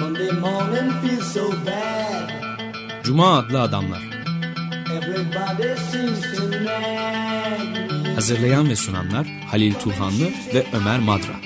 Cuma adlı adamlar. Hazırlayan ve sunanlar Halil Turhanlı ve Ömer Madra.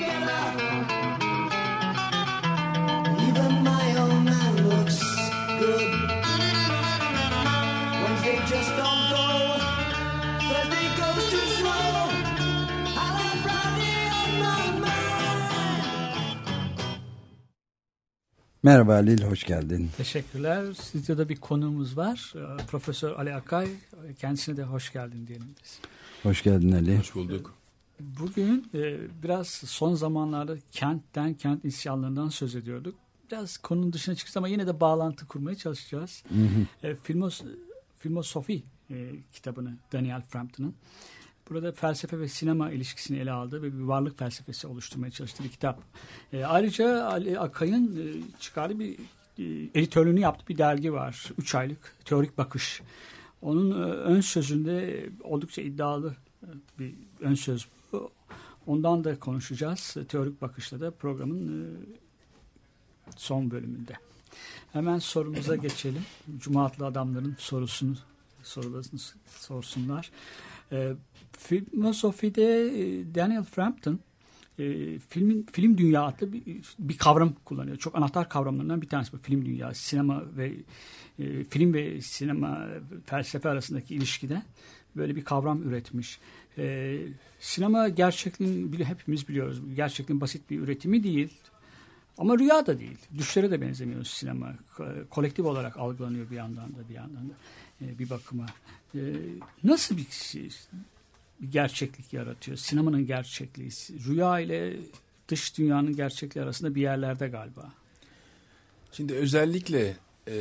Merhaba Halil, hoş geldin. Teşekkürler. Stüdyoda bir konuğumuz var. Profesör Ali Akay. Kendisine de hoş geldin diyelim biz. Hoş geldin Ali. Hoş bulduk. Bugün biraz son zamanlarda kent isyanlarından söz ediyorduk. Biraz konunun dışına çıkacağız ama yine de bağlantı kurmaya çalışacağız. Filmosofi kitabını Daniel Frampton'ın. Burada felsefe ve sinema ilişkisini ele aldığı ve bir varlık felsefesi oluşturmaya çalıştığı bir kitap. Ayrıca Ali Akay'ın çıkardığı bir editörlüğünü yaptığı bir dergi var. 3 aylık Teorik Bakış. Onun ön sözünde oldukça iddialı bir ön söz bu. Ondan da konuşacağız. Teorik Bakış'ta da programın son bölümünde. Hemen sorumuza geçelim. Cuma adlı adamların sorularını sorsunlar. Filmosofide Daniel Frampton film dünya adlı bir kavram kullanıyor. Çok anahtar kavramlarından bir tanesi bu film dünyası. Sinema ve film ve sinema felsefe arasındaki ilişkide böyle bir kavram üretmiş. Sinema gerçekliğin hepimiz biliyoruz. Gerçekliğin basit bir üretimi değil. Ama rüya da değil. Düşlere de benzemiyor sinema. Kolektif olarak algılanıyor bir yandan da bir bakıma. Nasıl bir gerçeklik yaratıyor? Sinemanın gerçekliği. Rüya ile dış dünyanın gerçekliği arasında bir yerlerde galiba. Şimdi özellikle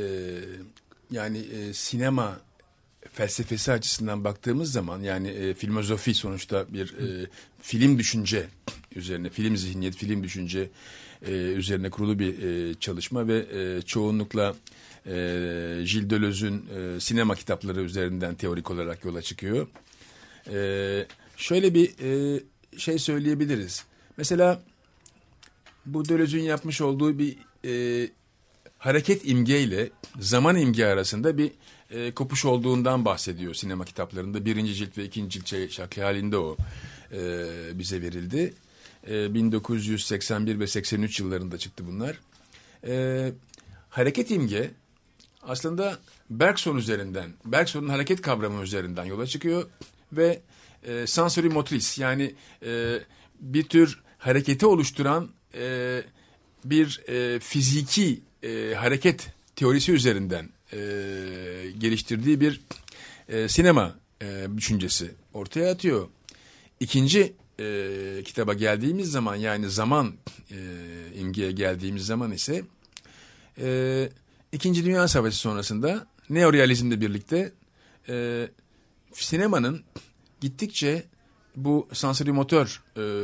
sinema felsefesi açısından baktığımız zaman yani filmozofi sonuçta bir film düşünce üzerine, film zihniyet, film düşünce üzerine kurulu bir çalışma ve çoğunlukla Gilles Deleuze'ün sinema kitapları üzerinden teorik olarak yola çıkıyor. Şöyle bir şey söyleyebiliriz. Mesela bu Deleuze'ün yapmış olduğu bir hareket imge ile zaman imge arasında bir kopuş olduğundan bahsediyor sinema kitaplarında. 1. cilt ve 2. cilt şekli halinde o bize verildi. 1981 ve 83 yıllarında çıktı bunlar. Hareket imge aslında Bergson'un hareket kavramı üzerinden yola çıkıyor ve sensory motrice yani bir tür hareketi oluşturan bir fiziki hareket teorisi üzerinden geliştirdiği bir sinema düşüncesi ortaya atıyor. İkinci kitaba geldiğimiz zaman yani zaman imgeye geldiğimiz zaman ise İkinci Dünya Savaşı sonrasında neorealizmle birlikte sinemanın gittikçe bu sansorimotor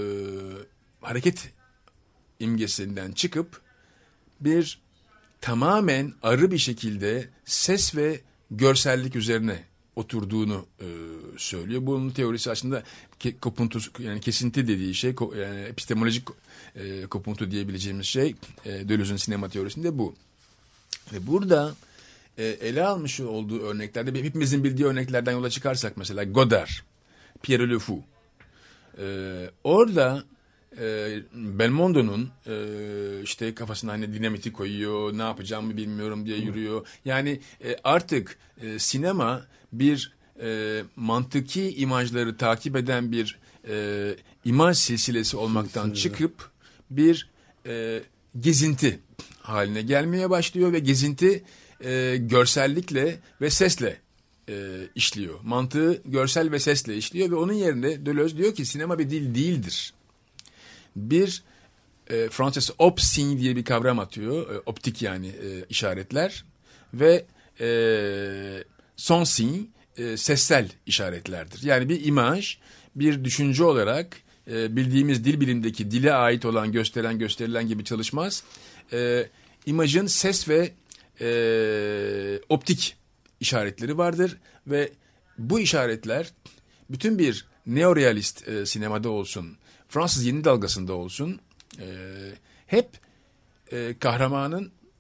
hareket imgesinden çıkıp bir tamamen arı bir şekilde ses ve görsellik üzerine oturduğunu söylüyor. Bunun teorisi aslında kopuntu yani kesinti dediği şey yani epistemolojik kopuntu diyebileceğimiz şey Deleuze'ün sinema teorisinde bu. Ve burada ele almış olduğu örneklerde hepimizin bildiği örneklerden yola çıkarsak mesela Godard, Pierre Le Fou. Orada Belmondo'nun işte kafasına hani dinamiti koyuyor, ne yapacağımı bilmiyorum diye yürüyor. Yani artık sinema bir mantıki imajları takip eden bir imaj silsilesi olmaktan çıkıp bir gezinti haline gelmeye başlıyor ve gezinti görsellikle ve sesle işliyor. Mantığı görsel ve sesle işliyor ve onun yerine Deleuze diyor ki sinema bir dil değildir. Bir Fransız opsigne diye bir kavram atıyor. Optik yani işaretler ve sonsigne sessel işaretlerdir. Yani bir imaj bir düşünce olarak bildiğimiz dil bilimindeki dile ait olan gösterilen gibi çalışmaz. İmajın ses ve optik işaretleri vardır ve bu işaretler bütün bir neorealist sinemada olsun, Fransız yeni dalgasında olsun hep kahramanın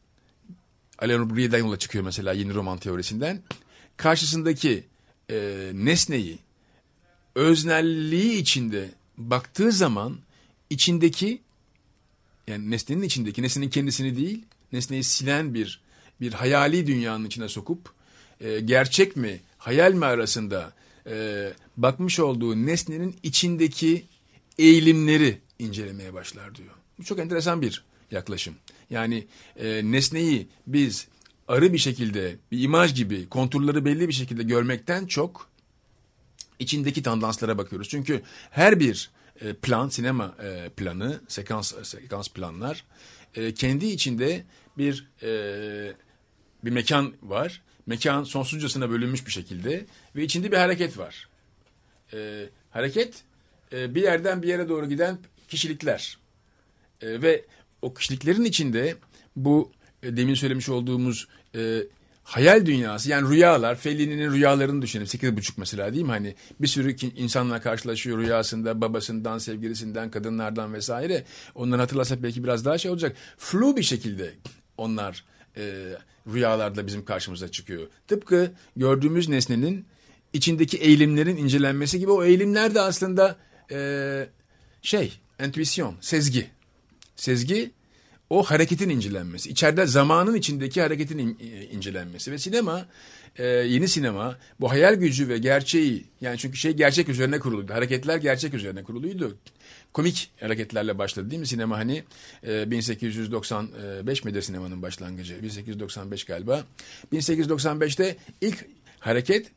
Alain Brier'den yola çıkıyor mesela yeni roman teorisinden. Karşısındaki nesneyi öznelliği içinde baktığı zaman içindeki, yani nesnenin içindeki, nesnenin kendisini değil, nesneyi silen bir hayali dünyanın içine sokup gerçek mi hayal mi arasında bakmış olduğu nesnenin içindeki eğilimleri incelemeye başlar diyor. Bu çok enteresan bir yaklaşım. Yani nesneyi biz arı bir şekilde, bir imaj gibi konturları belli bir şekilde görmekten çok içindeki tandanslara bakıyoruz. Çünkü her bir plan, sinema planı, sekans planlar kendi içinde bir mekan var. Mekan sonsuzcasına bölünmüş bir şekilde ve içinde bir hareket var. Hareket bir yerden bir yere doğru giden kişilikler ve o kişiliklerin içinde bu demin söylemiş olduğumuz hayal dünyası, yani rüyalar, Fellini'nin rüyalarını düşünelim. 8.5 mesela, değil mi? Hani bir sürü insanla karşılaşıyor rüyasında, babasından, sevgilisinden, kadınlardan vesaire. Onları hatırlasak belki biraz daha şey olacak. Flu bir şekilde onlar rüyalarda bizim karşımıza çıkıyor. Tıpkı gördüğümüz nesnenin içindeki eğilimlerin incelenmesi gibi, o eğilimler de aslında entüisyon, sezgi. Sezgi, o hareketin incelenmesi. İçeride zamanın içindeki hareketin incelenmesi. Ve sinema, yeni sinema bu hayal gücü ve gerçeği, yani çünkü gerçek üzerine kuruluydu. Hareketler gerçek üzerine kuruluydu. Komik hareketlerle başladı, değil mi sinema? Hani 1895 midir sinemanın başlangıcı? 1895 galiba. 1895'te ilk hareket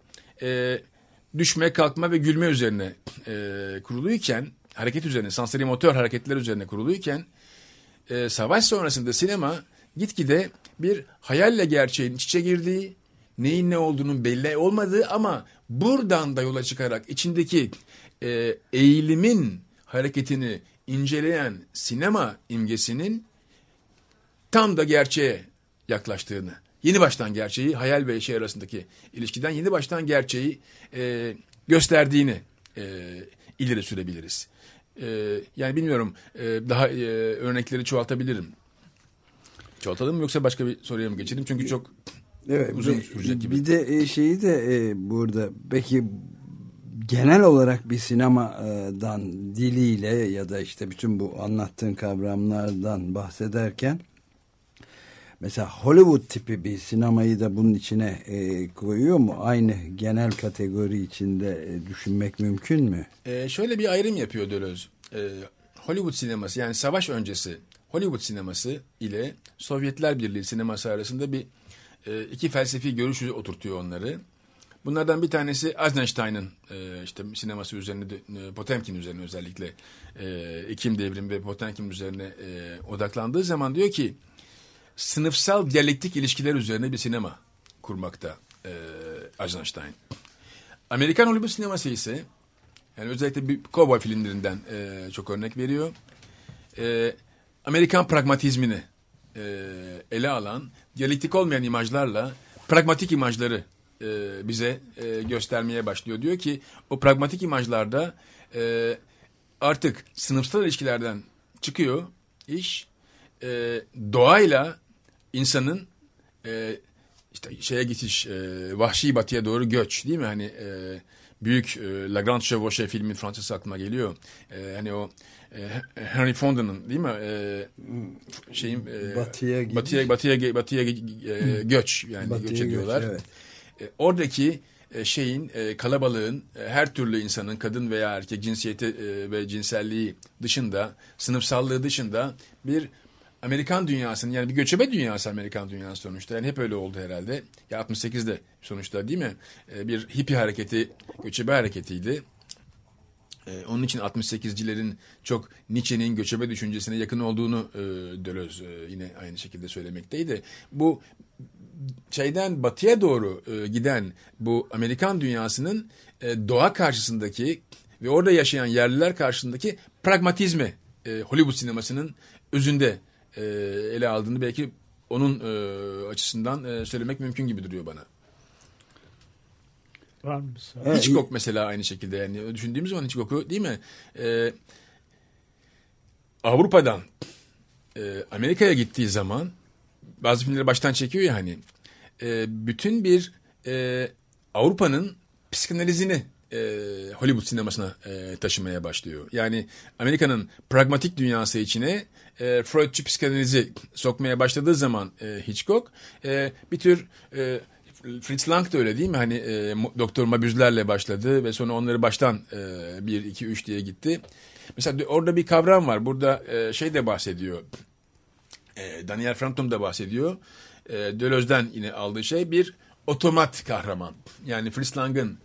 düşme, kalkma ve gülme üzerine kuruluyken, hareket üzerine, sansorimotor hareketler üzerine kuruluyken, savaş sonrasında sinema gitgide bir hayalle gerçeğin iç içe girdiği, neyin ne olduğunun belli olmadığı ama buradan da yola çıkarak içindeki eğilimin hareketini inceleyen sinema imgesinin tam da gerçeğe yaklaştığını, yeni baştan gerçeği, hayal ve şey arasındaki ilişkiden yeni baştan gerçeği gösterdiğini ileri sürebiliriz. Yani bilmiyorum, daha örnekleri çoğaltabilirim. Çoğaltalım mı yoksa başka bir soruya mı geçelim? Çünkü çok uzun sürecek gibi. Bir de şeyi de burada peki genel olarak bir sinemadan, diliyle ya da işte bütün bu anlattığın kavramlardan bahsederken mesela Hollywood tipi bir sinemayı da bunun içine koyuyor mu? Aynı genel kategori içinde düşünmek mümkün mü? Şöyle bir ayrım yapıyor Deleuze. Hollywood sineması, yani savaş öncesi Hollywood sineması ile Sovyetler Birliği sineması arasında iki felsefi görüşü oturtuyor onları. Bunlardan bir tanesi Eisenstein'ın işte sineması üzerine, Potemkin üzerine özellikle İklim Devrimi ve Potemkin üzerine odaklandığı zaman diyor ki sınıfsal diyalektik ilişkiler üzerine bir sinema kurmakta Eisenstein. Amerikan Hollywood sineması ise, yani özellikle bir kovboy filmlerinden çok örnek veriyor. Amerikan pragmatizmini ele alan, diyalektik olmayan imajlarla pragmatik imajları bize göstermeye başlıyor. Diyor ki o pragmatik imajlarda artık sınıfsal ilişkilerden çıkıyor iş, doğayla insanın işte şeye geçiş, vahşi batıya doğru göç, değil mi? Hani büyük La Grande Chevauchée filmin Fransızca aklıma geliyor. Hani o Henry Fonda'nın, değil mi? Batıya göç, yani batıya göç ediyorlar. Evet. Oradaki kalabalığın, her türlü insanın, kadın veya erkek cinsiyeti ve cinselliği dışında, sınıfsallığı dışında bir Amerikan dünyasının, yani bir göçebe dünyası Amerikan dünyası sonuçta. Yani hep öyle oldu herhalde. Ya 68'de sonuçta, değil mi? Bir hippie hareketi, göçebe hareketiydi. Onun için 68'cilerin çok Nietzsche'nin göçebe düşüncesine yakın olduğunu Deleuze yine aynı şekilde söylemekteydi. Bu batıya doğru giden bu Amerikan dünyasının doğa karşısındaki ve orada yaşayan yerliler karşısındaki pragmatizmi Hollywood sinemasının özünde ele aldığını belki onun açısından söylemek mümkün gibi duruyor bana. Var mı? Hitchcock mesela aynı şekilde, yani düşündüğümüz zaman Hitchcock'u, değil mi? Avrupa'dan Amerika'ya gittiği zaman bazı filmleri baştan çekiyor ya hani. Bütün bir Avrupa'nın psikanalizini Hollywood sinemasına taşımaya başlıyor. Yani Amerika'nın pragmatik dünyası içine Freudçu psikanalizi sokmaya başladığı zaman Hitchcock bir tür Fritz Lang da öyle değil mi? Hani Doktor Mabüzlerle başladı ve sonra onları baştan 1, 2, 3 diye gitti. Mesela orada bir kavram var. Burada şey de bahsediyor. Daniel Frampton da bahsediyor. Deleuze'den yine aldığı şey bir otomat kahraman. Yani Fritz Lang'ın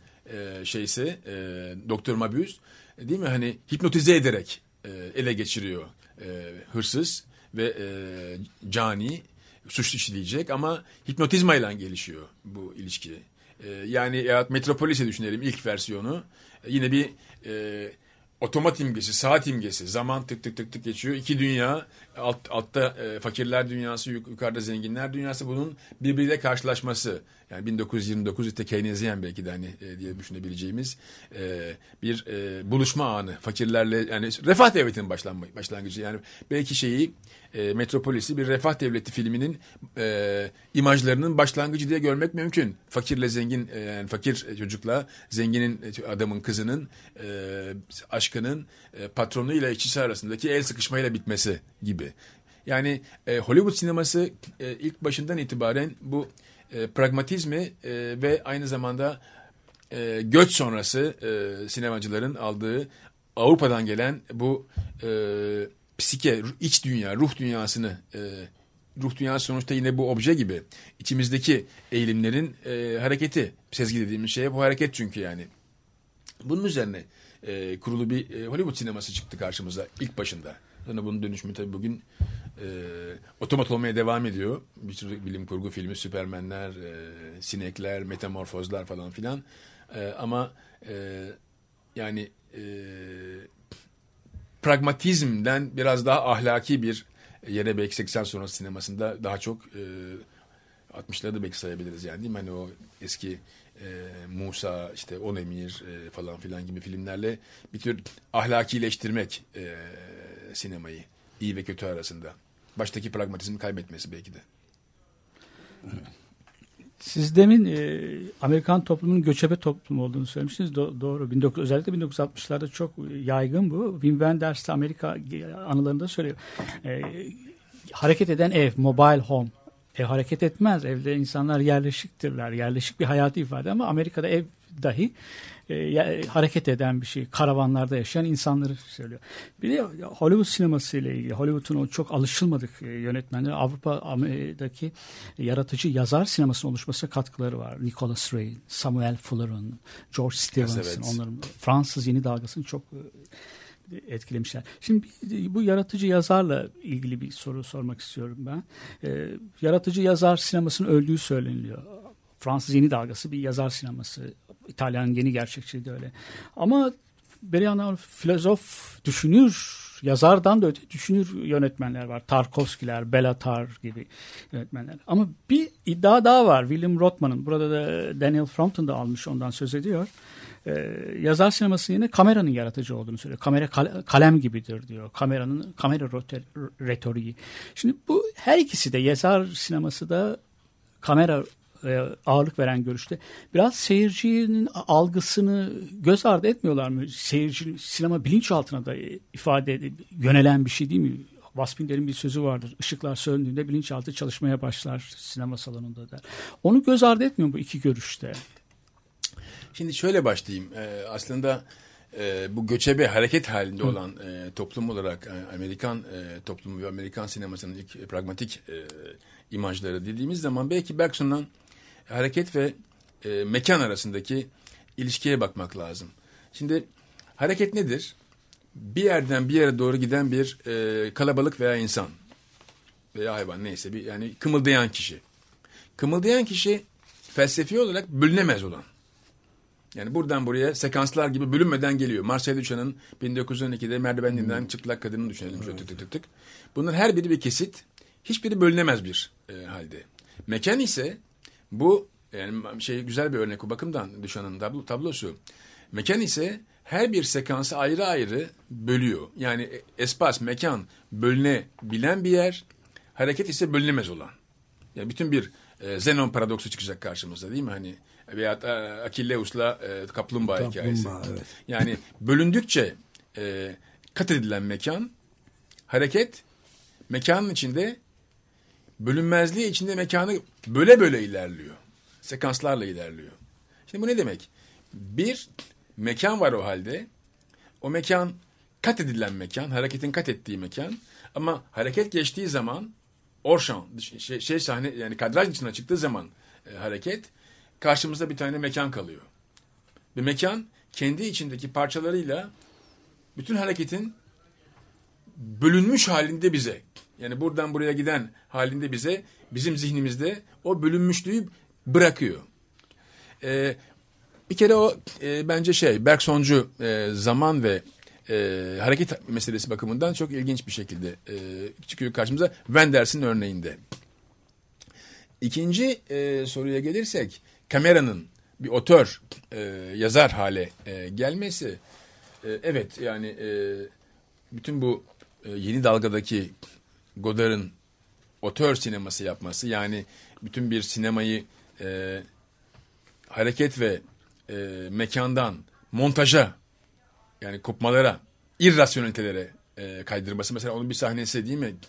Doktor Mabuse değil mi? Hani hipnotize ederek ele geçiriyor hırsız ve cani suç işleyecek ama hipnotizmayla gelişiyor bu ilişki. Yani Metropolis'i düşünelim ilk versiyonu. Yine bir otomat imgesi, saat imgesi. Zaman tık tık tık tık geçiyor. İki dünya, altta fakirler dünyası, yukarıda zenginler dünyası. Bunun birbiriyle karşılaşması. Yani 1929 işte Keynesyen belki de hani diye düşünebileceğimiz bir buluşma anı. Fakirlerle yani refah devletinin başlangıcı. Yani belki Metropolis'i bir refah devleti filminin imajlarının başlangıcı diye görmek mümkün. Fakirle zengin, yani fakir çocukla zenginin adamın kızının aşkının patronuyla işçisi arasındaki el sıkışmayla bitmesi gibi. Yani Hollywood sineması ilk başından itibaren bu pragmatizmi ve aynı zamanda göç sonrası sinemacıların aldığı Avrupa'dan gelen bu psike, iç dünya, ruh dünyasını ruh dünyası sonuçta yine bu obje gibi içimizdeki eğilimlerin hareketi, sezgi dediğimiz şey bu hareket çünkü yani. Bunun üzerine kurulu bir Hollywood sineması çıktı karşımıza ilk başında. Sonra bunun dönüşümü tabii bugün otomat olmaya devam ediyor. Bir sürü bilim kurgu filmi, Süpermenler, Sinekler, Metamorfozlar falan filan. Ama yani pragmatizmden biraz daha ahlaki bir yere belki 80 sonrası sinemasında daha çok 60'ları belki sayabiliriz yani değil mi? Hani o eski Musa, işte On Emir falan filan gibi filmlerle bir tür ahlakileştirmek sinemayı iyi ve kötü arasında. Baştaki pragmatizmi kaybetmesi belki de. Siz demin Amerikan toplumunun göçebe toplum olduğunu söylemiştiniz. Doğru. Özellikle 1960'larda çok yaygın bu. Wim Wenders de Amerika anılarında söylüyor. Hareket eden ev, mobile home. Ev hareket etmez. Evde insanlar yerleşiktirler. Yerleşik bir hayatı ifade ama Amerika'da ev dahi hareket eden bir şey. Karavanlarda yaşayan insanları söylüyor. Bir de Hollywood sineması ile ilgili. Hollywood'un o çok alışılmadık yönetmenleri Avrupa'daki yaratıcı yazar sinemasının oluşmasına katkıları var. Nicholas Ray, Samuel Fuller'ın, George Stevens'ın, evet. Onların Fransız yeni dalgasını çok etkilemişler. Şimdi bu yaratıcı yazarla ilgili bir soru sormak istiyorum ben. Yaratıcı yazar sinemasının öldüğü söyleniliyor. Fransız yeni dalgası bir yazar sineması. İtalyan yeni gerçekçiliği de öyle. Ama bir yandan filozof, düşünür, yazardan da öte düşünür yönetmenler var. Tarkovskiler, Bela Tarr gibi yönetmenler. Ama bir iddia daha var. William Rothman'ın, burada da Daniel Frampton da almış, ondan söz ediyor. Yazar sinemasının yine kameranın yaratıcı olduğunu söylüyor. Kamera kalem gibidir diyor. Kamera retoriği. Şimdi bu her ikisi de yazar sineması da kamera ağırlık veren görüşte. Biraz seyircinin algısını göz ardı etmiyorlar mı? Seyirci sinema bilinçaltına da yönelen bir şey değil mi? Waspinger'in bir sözü vardır. Işıklar söndüğünde bilinçaltı çalışmaya başlar sinema salonunda der. Onu göz ardı etmiyor bu iki görüşte. Şimdi şöyle başlayayım. Aslında bu göçebe hareket halinde olan toplum olarak Amerikan toplumu ve Amerikan sinemasının ilk pragmatik imajları dediğimiz zaman belki Bergson'dan hareket ve mekan arasındaki ilişkiye bakmak lazım. Şimdi hareket nedir? Bir yerden bir yere doğru giden bir kalabalık veya insan veya hayvan neyse yani kımıldayan kişi. Kımıldayan kişi felsefi olarak bölünemez olan. Yani buradan buraya sekanslar gibi bölünmeden geliyor. Marcel Duchamp'ın 1912'de merdiveninden çıplak kadını düşünelim. Şöyle tık tık tık. Bunların her biri bir kesit. Hiçbiri bölünemez bir halde. Mekan ise bu yani güzel bir örnek o bakımdan Duchamp'ın tablosu. Mekan ise her bir sekansı ayrı ayrı bölüyor. Yani espas, mekan bölünebilen bir yer. Hareket ise bölünemez olan. Yani bütün bir Zenon paradoksu çıkacak karşımıza değil mi? Hani veyahut Akilleus'la kaplumbağa hikayesi. Evet. Yani bölündükçe kat edilen mekan, hareket, mekanın içinde bölünmezliği içinde mekanı böyle ilerliyor. Sekanslarla ilerliyor. Şimdi bu ne demek? Bir mekan var o halde. O mekan kat edilen mekan, hareketin kat ettiği mekan. Ama hareket geçtiği zaman orşan, sahne yani kadraj dışına çıktığı zaman hareket karşımızda bir tane mekan kalıyor. Ve mekan kendi içindeki parçalarıyla bütün hareketin bölünmüş halinde bize, yani buradan buraya giden halinde bize, bizim zihnimizde o bölünmüşlüğü bırakıyor. Bir kere o bence Bergsoncu zaman ve hareket meselesi bakımından çok ilginç bir şekilde çıkıyor karşımıza Wenders'in örneğinde. İkinci soruya gelirsek, kameranın bir otör, yazar hale gelmesi, evet yani bütün bu yeni dalgadaki Godard'ın otör sineması yapması, yani bütün bir sinemayı hareket ve mekandan montaja, yani kopmalara, irrasyonelitelere kaydırması. Mesela onun bir sahnesi değil mi?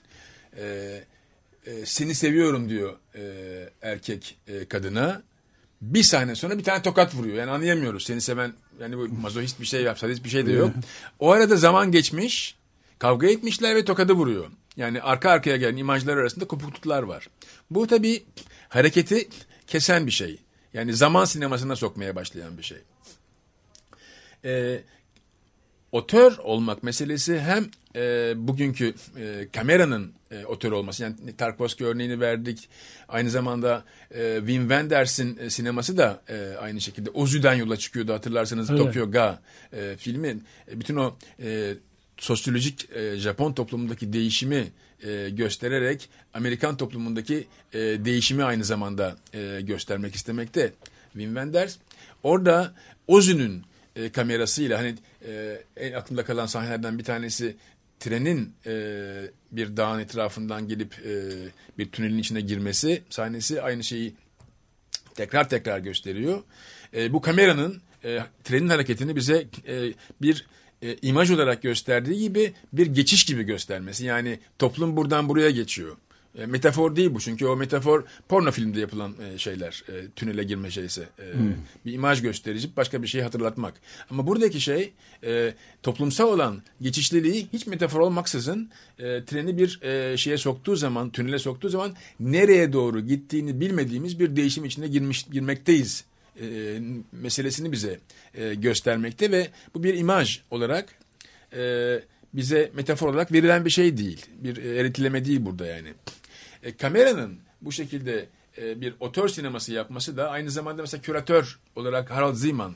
Seni seviyorum diyor erkek kadına. Bir sahne sonra bir tane tokat vuruyor. Yani anlayamıyoruz. Seni seven, yani bu mazohist bir şey yapsa hiçbir şey de yok. O arada zaman geçmiş, kavga etmişler ve tokadı vuruyor. Yani arka arkaya gelen imajlar arasında kopukluklar var. Bu tabii hareketi kesen bir şey. Yani zaman sinemasına sokmaya başlayan bir şey. Otör olmak meselesi hem bugünkü kameranın otör olması, yani Tarkovski örneğini verdik. Aynı zamanda Wim Wenders'in sineması da aynı şekilde Ozu'dan yola çıkıyordu, hatırlarsanız. Evet. Tokyo Ga filmi bütün o sosyolojik Japon toplumundaki değişimi göstererek Amerikan toplumundaki değişimi aynı zamanda göstermek istemekte Wim Wenders. Orada Ozu'nun kamerasıyla, hani en aklımda kalan sahnelerden bir tanesi, trenin bir dağın etrafından gelip bir tünelin içine girmesi sahnesi aynı şeyi tekrar gösteriyor. Bu kameranın trenin hareketini bize bir imaj olarak gösterdiği gibi bir geçiş gibi göstermesi. Yani toplum buradan buraya geçiyor. Metafor değil bu, çünkü o metafor porno filmde yapılan şeyler, tünele girme şeyse. Bir imaj gösterici, başka bir şeyi hatırlatmak. Ama buradaki şey toplumsal olan geçişliliği hiç metafor olmaksızın treni bir şeye soktuğu zaman, tünele soktuğu zaman nereye doğru gittiğini bilmediğimiz bir değişim içine girmekteyiz meselesini bize göstermekte ve bu bir imaj olarak bize metafor olarak verilen bir şey değil. Bir eritileme değil burada yani. Kameranın bu şekilde bir otör sineması yapması da aynı zamanda mesela küratör olarak Harald Zeeman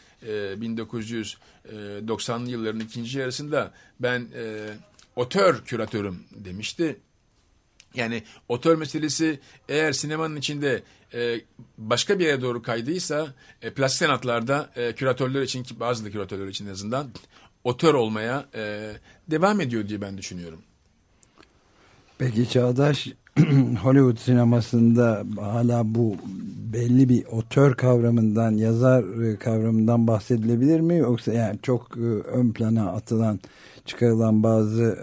1990'lı yılların ikinci yarısında ben otör küratörüm demişti. Yani otör meselesi eğer sinemanın içinde başka bir yere doğru kaydıysa plastik sanatlarda küratörler için, ki bazı küratörler için en azından otör olmaya devam ediyor diye ben düşünüyorum. Peki çağdaş Hollywood sinemasında hala bu belli bir otör kavramından, yazar kavramından bahsedilebilir mi? Yoksa yani çok ön plana atılan, çıkarılan bazı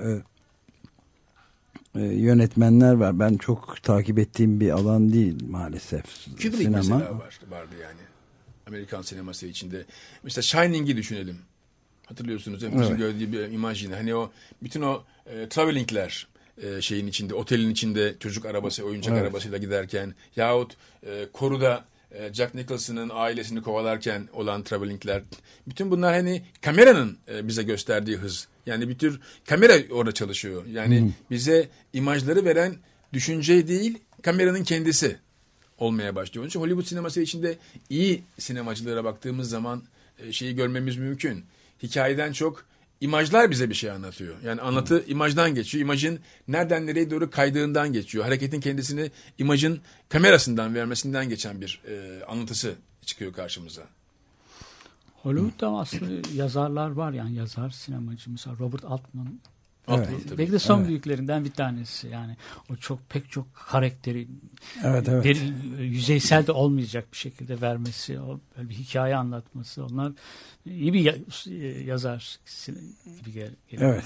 yönetmenler var. Ben çok takip ettiğim bir alan değil maalesef. Kubrick sinema mesela vardı yani. Amerikan sineması içinde. Mesela Shining'i düşünelim. Hatırlıyorsunuz değil mi? Evet. Gördüğü bir imaj yine. Hani o bütün o travelingler şeyin içinde, otelin içinde çocuk arabası, oyuncak arabasıyla giderken yahut koruda Jack Nicholson'ın ailesini kovalarken olan travelingler. Bütün bunlar hani kameranın bize gösterdiği hız. Yani bir tür kamera orada çalışıyor. Yani bize imajları veren düşünce değil, kameranın kendisi olmaya başlıyor. Onun için Hollywood sineması içinde iyi sinemacılara baktığımız zaman şeyi görmemiz mümkün. Hikayeden çok imajlar bize bir şey anlatıyor. Yani anlatı imajdan geçiyor. İmajın nereden nereye doğru kaydığından geçiyor. Hareketin kendisini imajın kamerasından vermesinden geçen bir anlatısı çıkıyor karşımıza. Hollywood'da aslında yazarlar var, yani yazar sinemacı. Mesela Robert Altman Evet. Belki de son büyüklerinden bir tanesi. Yani o pek çok karakteri evet. Yüzeysel de olmayacak bir şekilde vermesi, böyle bir hikaye anlatması. Onlar iyi bir yazar gibi geliyor. Evet.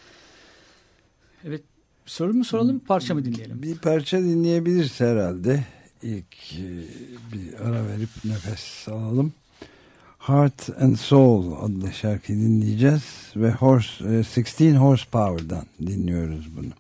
Evet. Soru mu soralım, parça mı dinleyelim? Bir parça dinleyebiliriz herhalde. İlk bir ara verip nefes alalım. Heart and Soul adlı şarkıyı dinleyeceğiz ve 16 Horsepower'dan dinliyoruz bunu.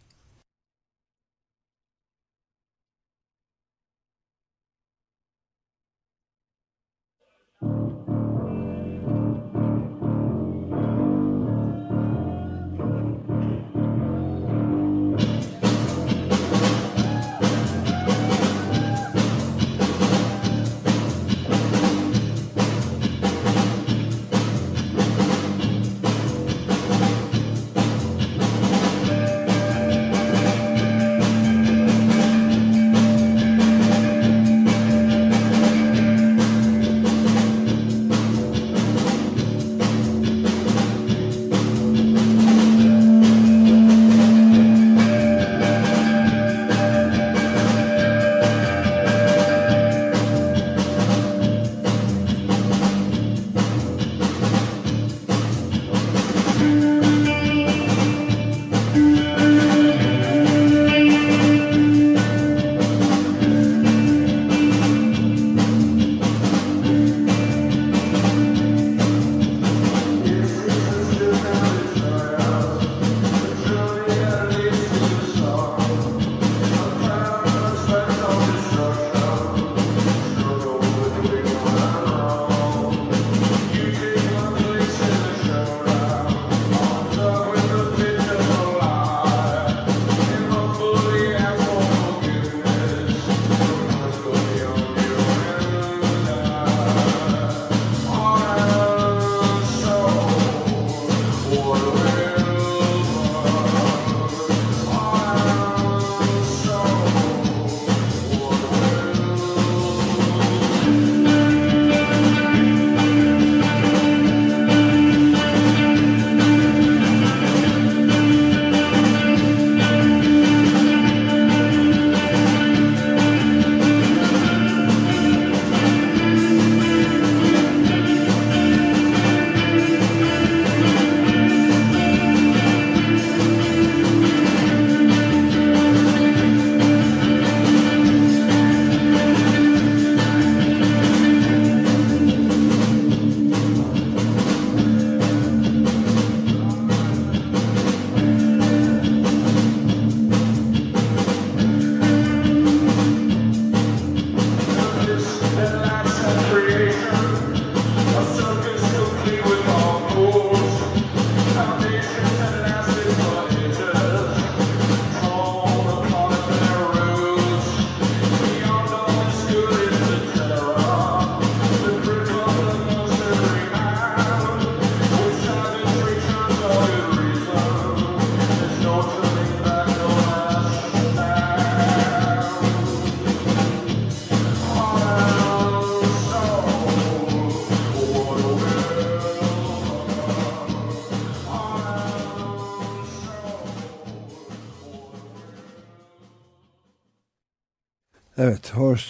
Evet, 16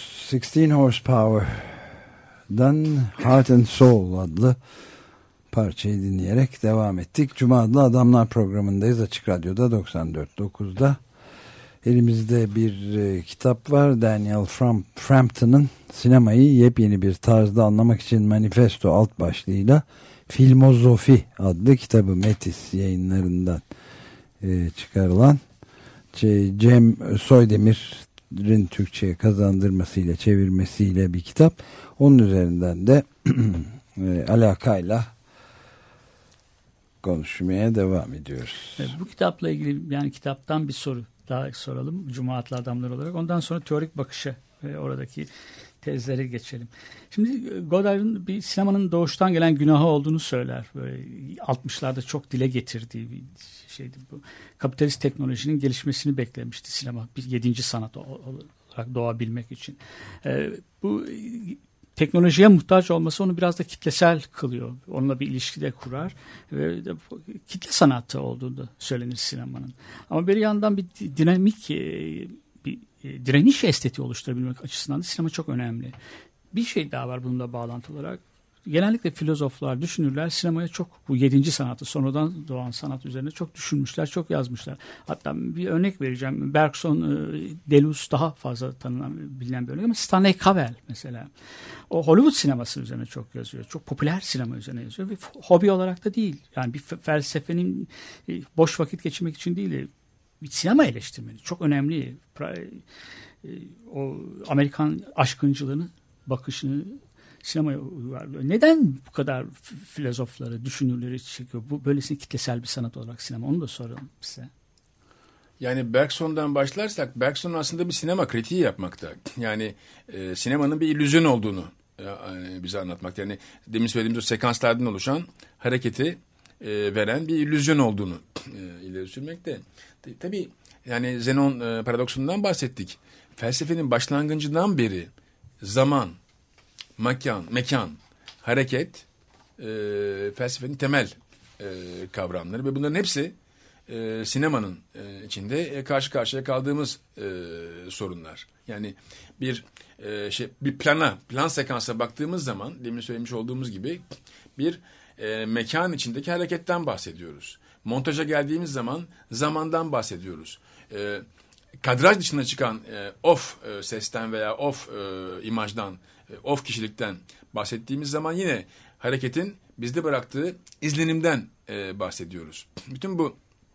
Horsepower'dan Heart and Soul adlı parçayı dinleyerek devam ettik. Cuma adlı Adamlar programındayız. Açık Radyo'da 94.9'da. Elimizde bir kitap var. Daniel Frampton'ın sinemayı yepyeni bir tarzda anlamak için manifesto alt başlığıyla Filmozofi adlı kitabı Metis yayınlarından çıkarılan Cem Soydemir'in Türkçe'ye kazandırmasıyla, çevirmesiyle bir kitap. Onun üzerinden de alakayla konuşmaya devam ediyoruz. Bu kitapla ilgili, yani kitaptan bir soru daha soralım Cuma adlı Adamlar olarak. Ondan sonra teorik bakışa ve oradaki tezlere geçelim. Şimdi Godard'ın bir sinemanın doğuştan gelen günahı olduğunu söyler. Böyle 60'larda çok dile getirdiği bir şeydi bu. Kapitalist teknolojinin gelişmesini beklemişti sinema. Bir 7. sanat olarak doğabilmek için. Bu teknolojiye muhtaç olması onu biraz da kitlesel kılıyor. Onunla bir ilişki de kurar. Ve kitle sanatı olduğu da söylenir sinemanın. Ama bir yandan bir dinamik bir direniş estetiği oluşturabilmek açısından da sinema çok önemli. Bir şey daha var bununla bağlantılı olarak. Genellikle filozoflar, düşünürler sinemaya çok, bu 7. sanatı, sonradan doğan sanat üzerine çok düşünmüşler, çok yazmışlar. Hatta bir örnek vereceğim. Bergson, Deleuze daha fazla tanınan, bilinen bir örnek ama Stanley Cavell mesela. O Hollywood sineması üzerine çok yazıyor. Çok popüler sinema üzerine yazıyor ve hobi olarak da değil. Yani bir felsefenin boş vakit geçirmek için değil, bir sinema eleştirmeni. Çok önemli. O Amerikan aşkıncılığını, bakışını sinemaya uyarlıyor. Neden bu kadar filozofları, düşünürleri çekiyor? Bu böylesine kitlesel bir sanat olarak sinema. Onu da soralım size. Yani Bergson'dan başlarsak, Bergson aslında bir sinema kritiği yapmakta. Yani sinemanın bir illüzyon olduğunu bize anlatmakta. Yani demin söylediğimiz o sekanslardan oluşan hareketi veren bir illüzyon olduğunu ileri sürmekte. Tabii yani Zenon paradoksundan bahsettik. Felsefenin başlangıcından beri zaman, mekan, hareket felsefenin temel kavramları ve bunların hepsi sinemanın içinde karşı karşıya kaldığımız sorunlar. Yani bir plan sekansa baktığımız zaman demin söylemiş olduğumuz gibi bir mekan içindeki hareketten bahsediyoruz. Montaja geldiğimiz zaman zamandan bahsediyoruz. Kadraj dışına çıkan off sesten veya off imajdan, off kişilikten bahsettiğimiz zaman yine hareketin bizde bıraktığı izlenimden bahsediyoruz. Bütün bu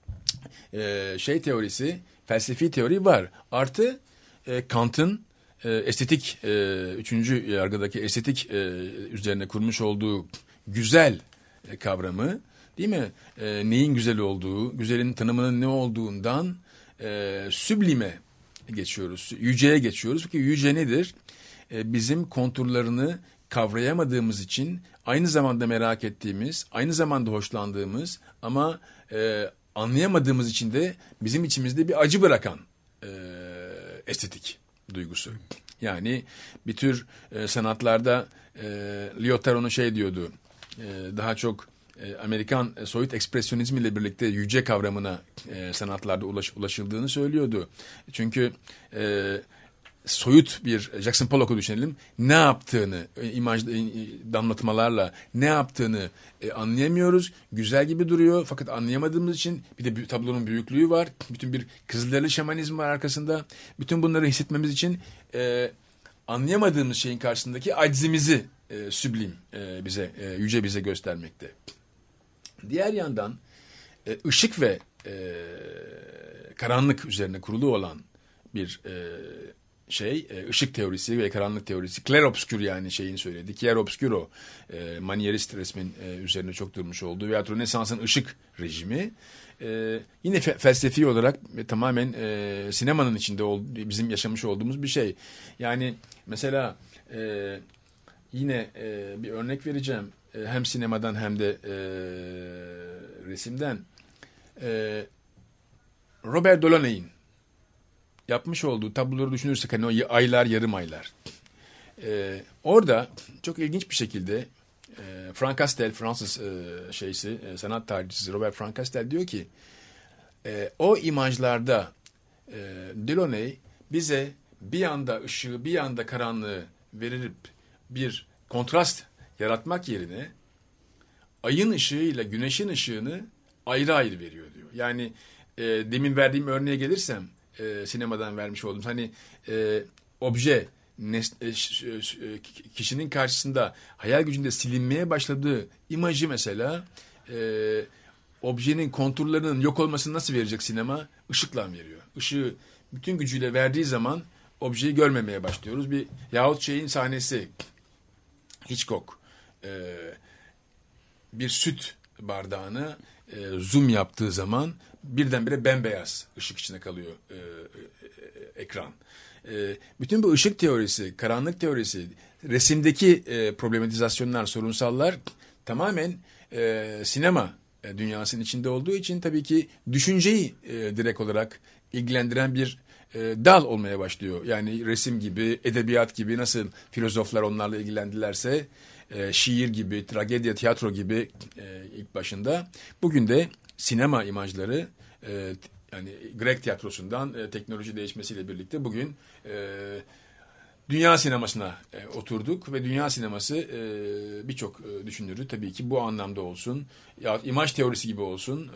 teorisi, felsefi teori var. Artı Kant'ın estetik, 3. yargıdaki estetik üzerine kurmuş olduğu güzel kavramı, değil mi? Neyin güzel olduğu, güzelin tanımının ne olduğundan süblime geçiyoruz, yüceye geçiyoruz. Çünkü yüce nedir? Bizim konturlarını kavrayamadığımız için aynı zamanda merak ettiğimiz, aynı zamanda hoşlandığımız ama anlayamadığımız için de bizim içimizde bir acı bırakan estetik duygusu. Yani bir tür sanatlarda Lyotard onu diyordu, daha çok Amerikan soyut ekspresyonizmi ile birlikte yüce kavramına sanatlarda ulaşıldığını söylüyordu. Çünkü soyut bir Jackson Pollock'u düşünelim. Ne yaptığını, damlatmalarla ne yaptığını anlayamıyoruz. Güzel gibi duruyor fakat anlayamadığımız için bir de tablonun büyüklüğü var. Bütün bir Kızılderili şamanizm var arkasında. Bütün bunları hissetmemiz için anlayamadığımız şeyin karşısındaki aczimizi süblim bize, yüce bize göstermekte. Diğer yandan ışık ve karanlık üzerine kurulu olan bir ışık teorisi ve karanlık teorisi. Clair-obscur yani şeyini söyledi. Chiaro-obscuro manyerist resmin üzerine çok durmuş olduğu veya Rönesans'ın ışık rejimi. Yine felsefi olarak tamamen sinemanın içinde bizim yaşamış olduğumuz bir şey. Yani mesela yine bir örnek vereceğim. Hem sinemadan hem de resimden. Robert Delaunay'in yapmış olduğu tabloları düşünürsek hani o aylar, yarım aylar. Orada çok ilginç bir şekilde Frank Castel, Fransız sanat tarihçisi Robert Frank Castel diyor ki o imajlarda Delaunay bize bir anda ışığı, bir anda karanlığı verip bir kontrast yaratmak yerine ayın ışığıyla güneşin ışığını ayrı ayrı veriyor diyor. Yani demin verdiğim örneğe gelirsem sinemadan vermiş olduğum hani obje kişinin karşısında hayal gücünde silinmeye başladığı imajı mesela objenin konturlarının yok olmasını nasıl verecek sinema? Işıkla veriyor. Işığı bütün gücüyle verdiği zaman objeyi görmemeye başlıyoruz. Yahut sahnesi Hitchcock bir süt bardağını zoom yaptığı zaman birdenbire bembeyaz ışık içine kalıyor ekran. Bütün bu ışık teorisi, karanlık teorisi, resimdeki problematizasyonlar, sorunsallar tamamen sinema dünyasının içinde olduğu için tabii ki düşünceyi direkt olarak ilgilendiren bir dal olmaya başlıyor. Yani resim gibi, edebiyat gibi nasıl filozoflar onlarla ilgilendilerse, şiir gibi, tragedya, tiyatro gibi ilk başında. Bugün de sinema imajları, yani Grek tiyatrosundan teknoloji değişmesiyle birlikte bugün dünya sinemasına oturduk ve dünya sineması birçok düşünürü tabii ki bu anlamda olsun, ya imaj teorisi gibi olsun,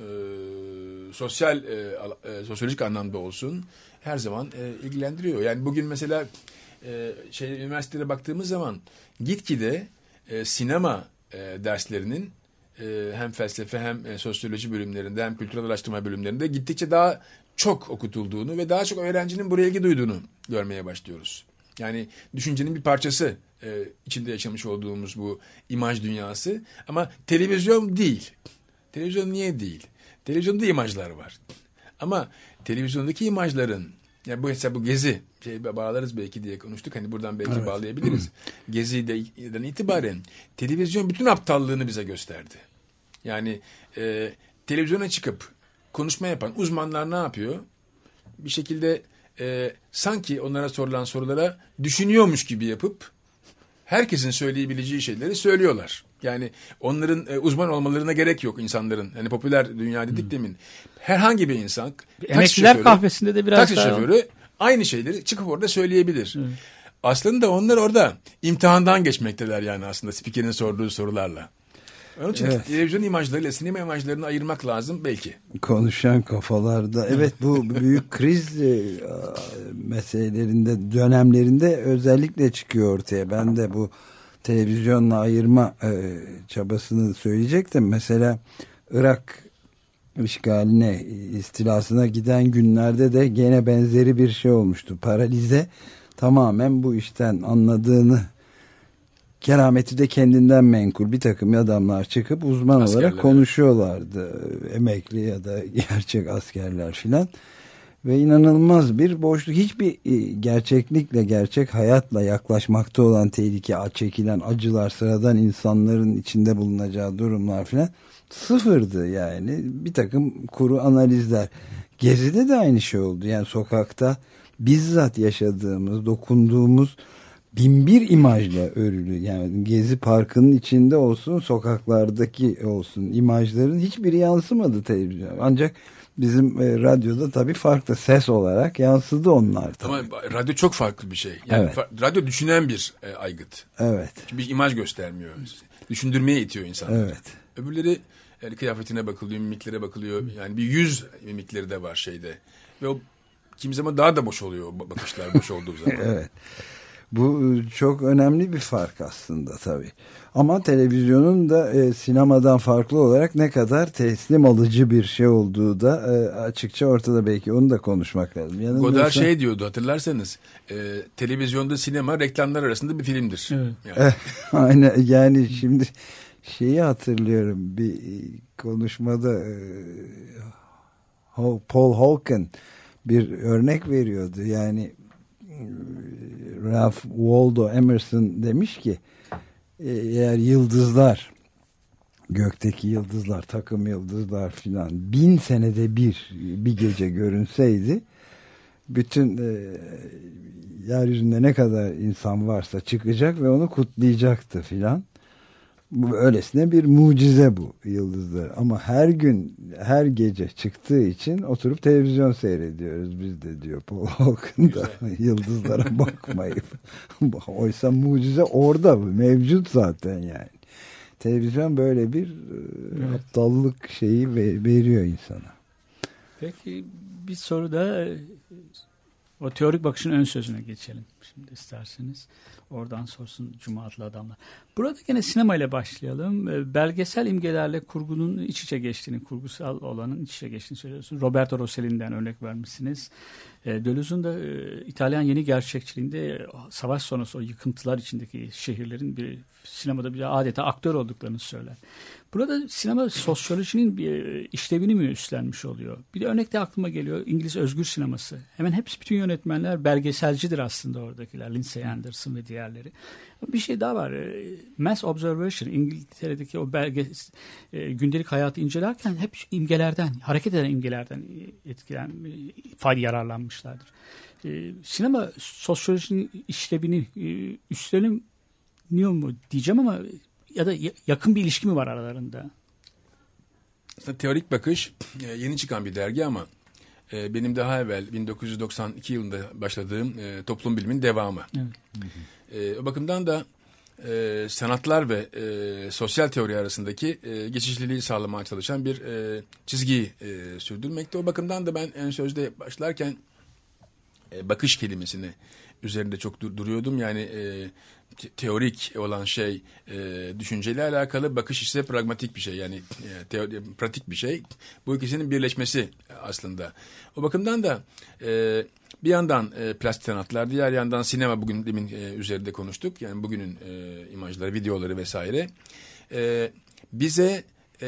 sosyolojik anlamda olsun her zaman ilgilendiriyor. Yani bugün mesela üniversitede baktığımız zaman gitgide sinema derslerinin hem felsefe hem sosyoloji bölümlerinde hem kültürel araştırma bölümlerinde gittikçe daha çok okutulduğunu ve daha çok öğrencinin buraya ilgi duyduğunu görmeye başlıyoruz. Yani düşüncenin bir parçası içinde yaşamış olduğumuz bu imaj dünyası, ama televizyon değil. Televizyon niye değil? Televizyonda imajlar var. Ama televizyondaki imajların, yani mesela bu Gezi bağlarız belki diye konuştuk. Hani buradan belki bağlayabiliriz. Gezi'den itibaren televizyon bütün aptallığını bize gösterdi. Yani televizyona çıkıp konuşma yapan uzmanlar ne yapıyor? Bir şekilde sanki onlara sorulan sorulara düşünüyormuş gibi yapıp herkesin söyleyebileceği şeyleri söylüyorlar. Yani onların uzman olmalarına gerek yok insanların. Hani popüler dünya dedik demin. Herhangi bir insan, emekliler kahvesinde de biraz taksi şoförü aynı şeyleri çıkıp orada söyleyebilir. Evet. Aslında onlar orada imtihandan geçmekteler yani aslında spikerin sorduğu sorularla. Onun için televizyon imajlarıyla sinema imajlarını ayırmak lazım belki. Konuşan kafalarda. Evet, bu büyük kriz meselelerinde, dönemlerinde özellikle çıkıyor ortaya. Ben de bu televizyonla ayırma çabasını söyleyecektim. Mesela Irak işgaline, istilasına giden günlerde de gene benzeri bir şey olmuştu. Paralize tamamen bu işten anladığını, kerameti de kendinden menkul bir takım adamlar çıkıp uzman olarak konuşuyorlardı. Emekli ya da gerçek askerler filan. Ve inanılmaz bir boşluk. Hiçbir gerçeklikle, gerçek hayatla yaklaşmakta olan tehlike, çekilen acılar, sıradan insanların içinde bulunacağı durumlar filan sıfırdı yani. Bir takım kuru analizler. Gezi'de de aynı şey oldu. Yani sokakta bizzat yaşadığımız, dokunduğumuz binbir imajla örülü. Yani Gezi Parkı'nın içinde olsun, sokaklardaki olsun imajların hiçbiri yansımadı televizyon. Ancak bizim radyoda tabii farklı ses olarak yansıdı onlar. Tabii. Ama radyo çok farklı bir şey. Yani radyo düşünen bir aygıt. Evet. Bir imaj göstermiyor. Düşündürmeye itiyor insanları. Evet. Öbürleri yani kıyafetine bakılıyor, mimiklere bakılıyor. Yani bir yüz mimikleri de var şeyde. Ve o kimi zaman daha da boş oluyor bakışlar boş olduğu zaman. Evet. Bu çok önemli bir fark aslında tabii. Ama televizyonun da sinemadan farklı olarak ne kadar teslim alıcı bir şey olduğu da açıkça ortada, belki onu da konuşmak lazım. Godard diyordu hatırlarsanız, televizyonda sinema reklamlar arasında bir filmdir. Evet. Yani. Aynen, yani şimdi şeyi hatırlıyorum, bir konuşmada Paul Hawken bir örnek veriyordu. Yani Ralph Waldo Emerson demiş ki eğer yıldızlar, gökteki yıldızlar, takım yıldızlar filan 1000 senede bir gece görünseydi, bütün yeryüzünde ne kadar insan varsa çıkacak ve onu kutlayacaktı filan. Öylesine bir mucize bu yıldızlar. Ama her gün, her gece çıktığı için oturup televizyon seyrediyoruz biz de, diyor Paul Hawken da, yıldızlara bakmayıp. Oysa mucize orada, mevcut zaten yani. Televizyon böyle bir aptallık şeyi veriyor insana. Peki bir soru da o teorik bakışın ön sözüne geçelim şimdi isterseniz. Oradan sorsun Cuma adlı adamlar. Burada gene sinemayla başlayalım. Belgesel imgelerle kurgunun iç içe geçtiğini, kurgusal olanın iç içe geçtiğini söylüyorsunuz. Roberto Rossellini'den örnek vermişsiniz. Deleuze'un da İtalyan yeni gerçekçiliğinde savaş sonrası o yıkıntılar içindeki şehirlerin bir sinemada bir adeta aktör olduklarını söyler. Burada sinema sosyolojinin bir işlevini mi üstlenmiş oluyor? Bir de örnek de aklıma geliyor, İngiliz özgür sineması. Hemen hepsi, bütün yönetmenler belgeselcidir aslında oradakiler. Lindsay Anderson ve diğerleri. Bir şey daha var. Mass Observation, İngiltere'deki o belge gündelik hayatı incelerken hep imgelerden, hareket eden imgelerden yararlanmışlardır. Sinema sosyolojinin işlevini üstleniyor mu diyeceğim ama ya da yakın bir ilişki mi var aralarında? Aslında Teorik Bakış yeni çıkan bir dergi ama benim daha evvel 1992 yılında başladığım toplum bilimin devamı. Evet. O bakımdan da sanatlar ve sosyal teori arasındaki geçişliliği sağlamaya çalışan bir çizgiyi sürdürmekte. O bakımdan da ben ön sözde başlarken bakış kelimesini üzerinde çok duruyordum. Yani teorik olan şey düşünceyle alakalı, bakış ise pragmatik bir şey. Yani pratik bir şey. Bu ikisinin birleşmesi aslında. O bakımdan da bir yandan plastik sanatlar, diğer yandan sinema, bugün demin üzerinde konuştuk. Yani bugünün imajları, videoları vesaire. Bize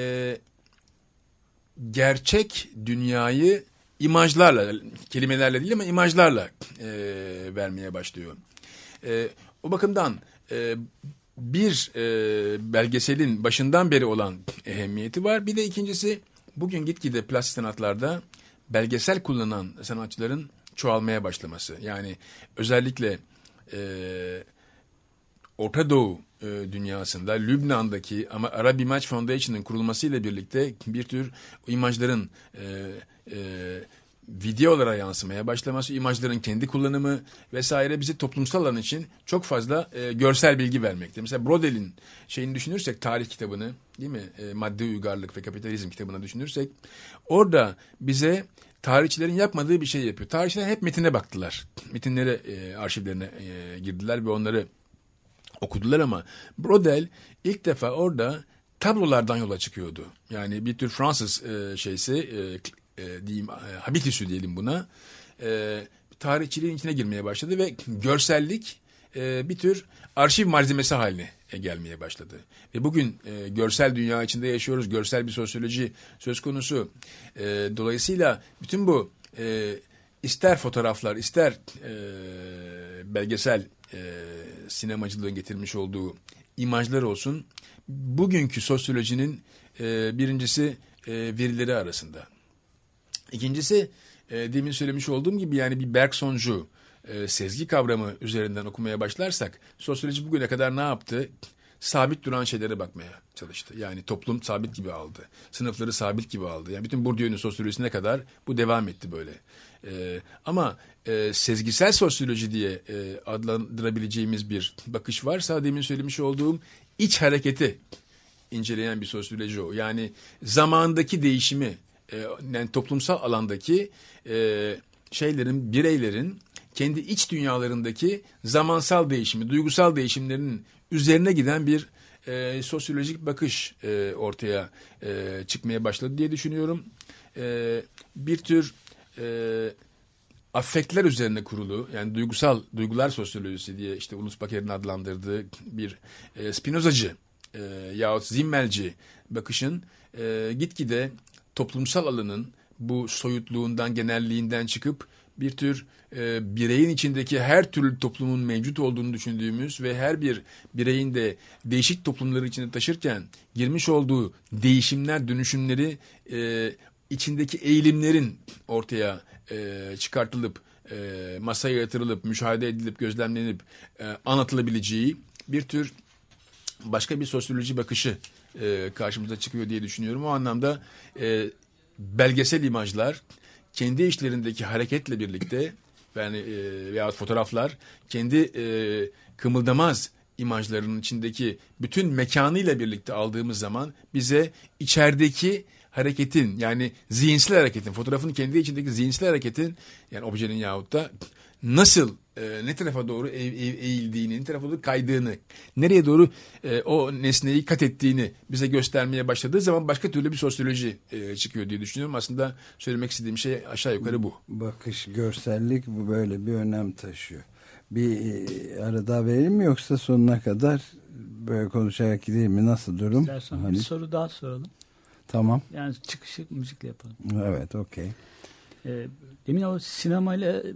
gerçek dünyayı imajlarla, kelimelerle değil ama imajlarla vermeye başlıyor. O bakımdan bir belgeselin başından beri olan ehemmiyeti var. Bir de ikincisi, bugün gitgide plastik sanatlarda belgesel kullanan sanatçıların çoğalmaya başlaması. Yani özellikle Orta Doğu dünyasında, Lübnan'daki ama Arab Image Foundation'ın kurulmasıyla birlikte bir tür imajların videolara yansımaya başlaması, imajların kendi kullanımı vesaire bizi toplumsal alan için çok fazla görsel bilgi vermekte. Mesela Brodel'in şeyini düşünürsek, tarih kitabını, değil mi? Madde Uygarlık ve Kapitalizm kitabını düşünürsek, orada bize tarihçilerin yapmadığı bir şey yapıyor. Tarihçiler hep metine baktılar. Metinlere, arşivlerine girdiler ve onları okudular ama Brodel ilk defa orada tablolardan yola çıkıyordu. Yani bir tür Fransız diyeyim, habitisü diyelim buna, tarihçiliğin içine girmeye başladı ve görsellik bir tür arşiv malzemesi haline gelmeye başladı. Ve bugün görsel dünya içinde yaşıyoruz, görsel bir sosyoloji söz konusu. Dolayısıyla bütün bu ister fotoğraflar, ister belgesel sinemacılığın getirmiş olduğu imajlar olsun, bugünkü sosyolojinin birincisi verileri arasında. İkincisi, demin söylemiş olduğum gibi, yani bir Bergsoncu sezgi kavramı üzerinden okumaya başlarsak, sosyoloji bugüne kadar ne yaptı? Sabit duran şeylere bakmaya çalıştı. Yani toplum sabit gibi aldı. Sınıfları sabit gibi aldı. Yani bütün Bourdieu'nun sosyolojisine kadar bu devam etti böyle. Ama sezgisel sosyoloji diye adlandırabileceğimiz bir bakış varsa, demin söylemiş olduğum iç hareketi inceleyen bir sosyoloji o. Yani zamandaki değişimi, yani toplumsal alandaki şeylerin, bireylerin kendi iç dünyalarındaki zamansal değişimi, duygusal değişimlerinin üzerine giden bir sosyolojik bakış ortaya çıkmaya başladı diye düşünüyorum. Bir tür affektler üzerine kurulu, yani duygular sosyolojisi diye işte Ulus Baker'in adlandırdığı bir Spinozacı yahut Zimmelci bakışın gitgide toplumsal alanın bu soyutluğundan, genelliğinden çıkıp bir tür bireyin içindeki her türlü toplumun mevcut olduğunu düşündüğümüz ve her bir bireyin de değişik toplumları içinde taşırken girmiş olduğu değişimler, dönüşümleri içindeki eğilimlerin ortaya çıkartılıp, masaya yatırılıp, müşahede edilip, gözlemlenip anlatılabileceği bir tür başka bir sosyoloji bakışı karşımıza çıkıyor diye düşünüyorum. O anlamda belgesel imajlar kendi işlerindeki hareketle birlikte, yani veya fotoğraflar kendi kımıldamaz imajlarının içindeki bütün mekanıyla birlikte aldığımız zaman bize içerideki hareketin, yani zihinsel hareketin, fotoğrafın kendi içindeki zihinsel hareketin, yani objenin yahut da nasıl ne tarafa doğru eğildiğini, ne tarafa doğru kaydığını, nereye doğru o nesneyi kat ettiğini bize göstermeye başladığı zaman başka türlü bir sosyoloji çıkıyor diye düşünüyorum. Aslında söylemek istediğim şey aşağı yukarı bu. Bakış, görsellik bu böyle bir önem taşıyor. Bir ara daha verelim mi, yoksa sonuna kadar böyle konuşarak gidelim mi? Nasıl durum? Bir soru daha soralım. Tamam. Yani çıkışı müzikle yapalım. Evet, okey. Demin o sinemayla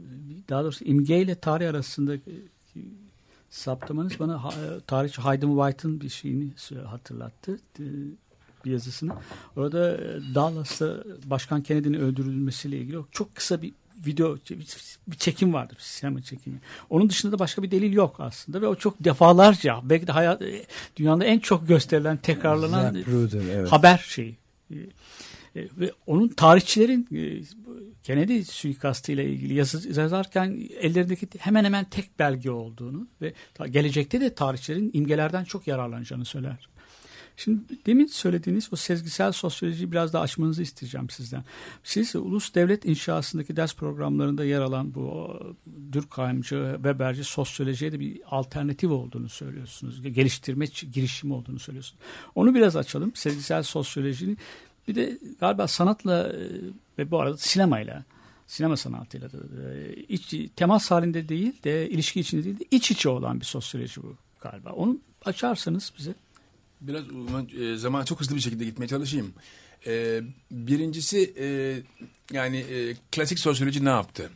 daha doğrusu imge ile tarih arasında saptamanız bana tarihçi Hayden White'ın bir şeyini hatırlattı. Bir yazısını. Orada Dallas'ta Başkan Kennedy'nin öldürülmesiyle ilgili çok kısa bir video, bir çekim vardır. Sinema çekimi. Onun dışında da başka bir delil yok aslında ve o çok defalarca, belki de dünyada en çok gösterilen, tekrarlanan haber şeyi. Ve onun tarihçilerin Kennedy suikastıyla ilgili yazarken ellerindeki hemen hemen tek belge olduğunu ve gelecekte de tarihçilerin imgelerden çok yararlanacağını söyler. Şimdi demin söylediğiniz o sezgisel sosyolojiyi biraz daha açmanızı isteyeceğim sizden. Siz ulus devlet inşasındaki ders programlarında yer alan bu Durkheimci, Weberci sosyolojiye de bir alternatif olduğunu söylüyorsunuz. Geliştirme girişimi olduğunu söylüyorsunuz. Onu biraz açalım. Sezgisel sosyolojinin bir de galiba sanatla ve bu arada sinema sanatıyla da temas halinde değil de ilişki içinde değil de iç içe olan bir sosyoloji bu galiba. Onu açarsanız bize. Biraz zaman çok hızlı bir şekilde gitmeye çalışayım. Birincisi yani klasik sosyoloji ne yaptı?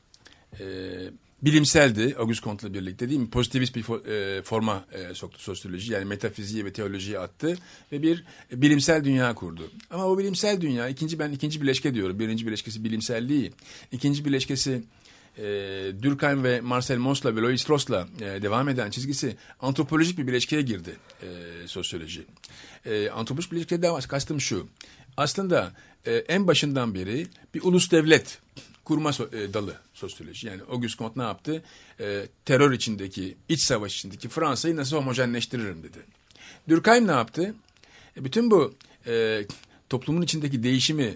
Bilimseldi Auguste Comte'la birlikte, değil mi? Pozitivist bir forma soktu sosyoloji. Yani metafiziği ve teolojiyi attı ve bir bilimsel dünya kurdu. Ama o bilimsel dünya ikinci bileşke diyorum. Birinci bileşkesi bilimselliği. İkinci bileşkesi Durkheim ve Marcel Mauss'la ve Louis Strauss'la devam eden çizgisi antropolojik bir bileşkeye girdi sosyoloji. Antropolojik bileşkeden kastım şu. Aslında en başından beri bir ulus devlet kurma dalı sosyoloji. Yani Auguste Comte ne yaptı? Terör içindeki, iç savaş içindeki Fransa'yı nasıl homojenleştiririm dedi. Durkheim ne yaptı? Bütün bu toplumun içindeki değişimi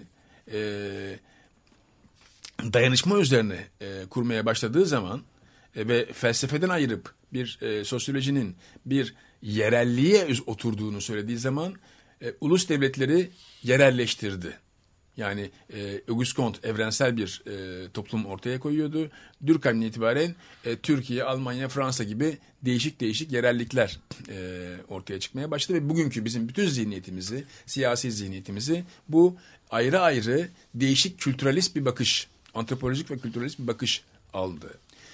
dayanışma üzerine kurmaya başladığı zaman ve felsefeden ayırıp bir sosyolojinin bir yerelliğe oturduğunu söylediği zaman ulus devletleri yerelleştirdi. Yani Auguste Comte evrensel bir toplum ortaya koyuyordu. Durkheim'den itibaren Türkiye, Almanya, Fransa gibi değişik yerellikler ortaya çıkmaya başladı ve bugünkü bizim bütün zihniyetimizi, siyasi zihniyetimizi bu ayrı ayrı değişik kültüralist bir bakış, antropolojik ve kültüralist bir bakış aldı.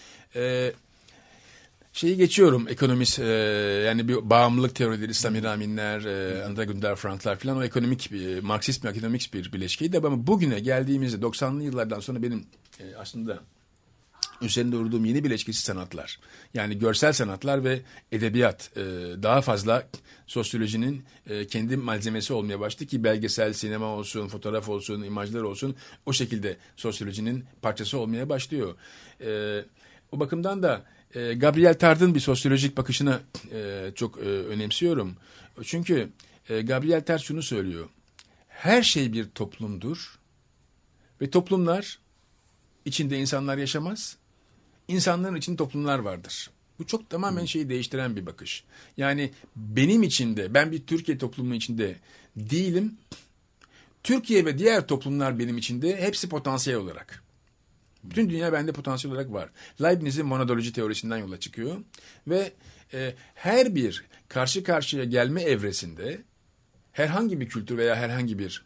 Şeyi geçiyorum, ekonomist, yani bir bağımlılık teorileri, Samir Aminler, André Günther Franklar falan, o ekonomik, Marksist bir ekonomik bir bileşkeydi. Ama bugüne geldiğimizde 90'lı yıllardan sonra benim aslında üzerinde durduğum yeni bileşkesi sanatlar. Yani görsel sanatlar ve edebiyat daha fazla sosyolojinin kendi malzemesi olmaya başladı ki belgesel, sinema olsun, fotoğraf olsun, imajlar olsun, o şekilde sosyolojinin parçası olmaya başlıyor. O bakımdan da Gabriel Tard'ın bir sosyolojik bakışını çok önemsiyorum. Çünkü Gabriel Tard şunu söylüyor. Her şey bir toplumdur ve toplumlar içinde insanlar yaşamaz. İnsanların içinde toplumlar vardır. Bu çok tamamen şeyi değiştiren bir bakış. Yani benim içinde, ben bir Türkiye toplumunun içinde değilim. Türkiye ve diğer toplumlar benim içinde, hepsi potansiyel olarak. Bütün dünya bende potansiyel olarak var. Leibniz'in monadoloji teorisinden yola çıkıyor. Ve her bir karşı karşıya gelme evresinde herhangi bir kültür veya herhangi bir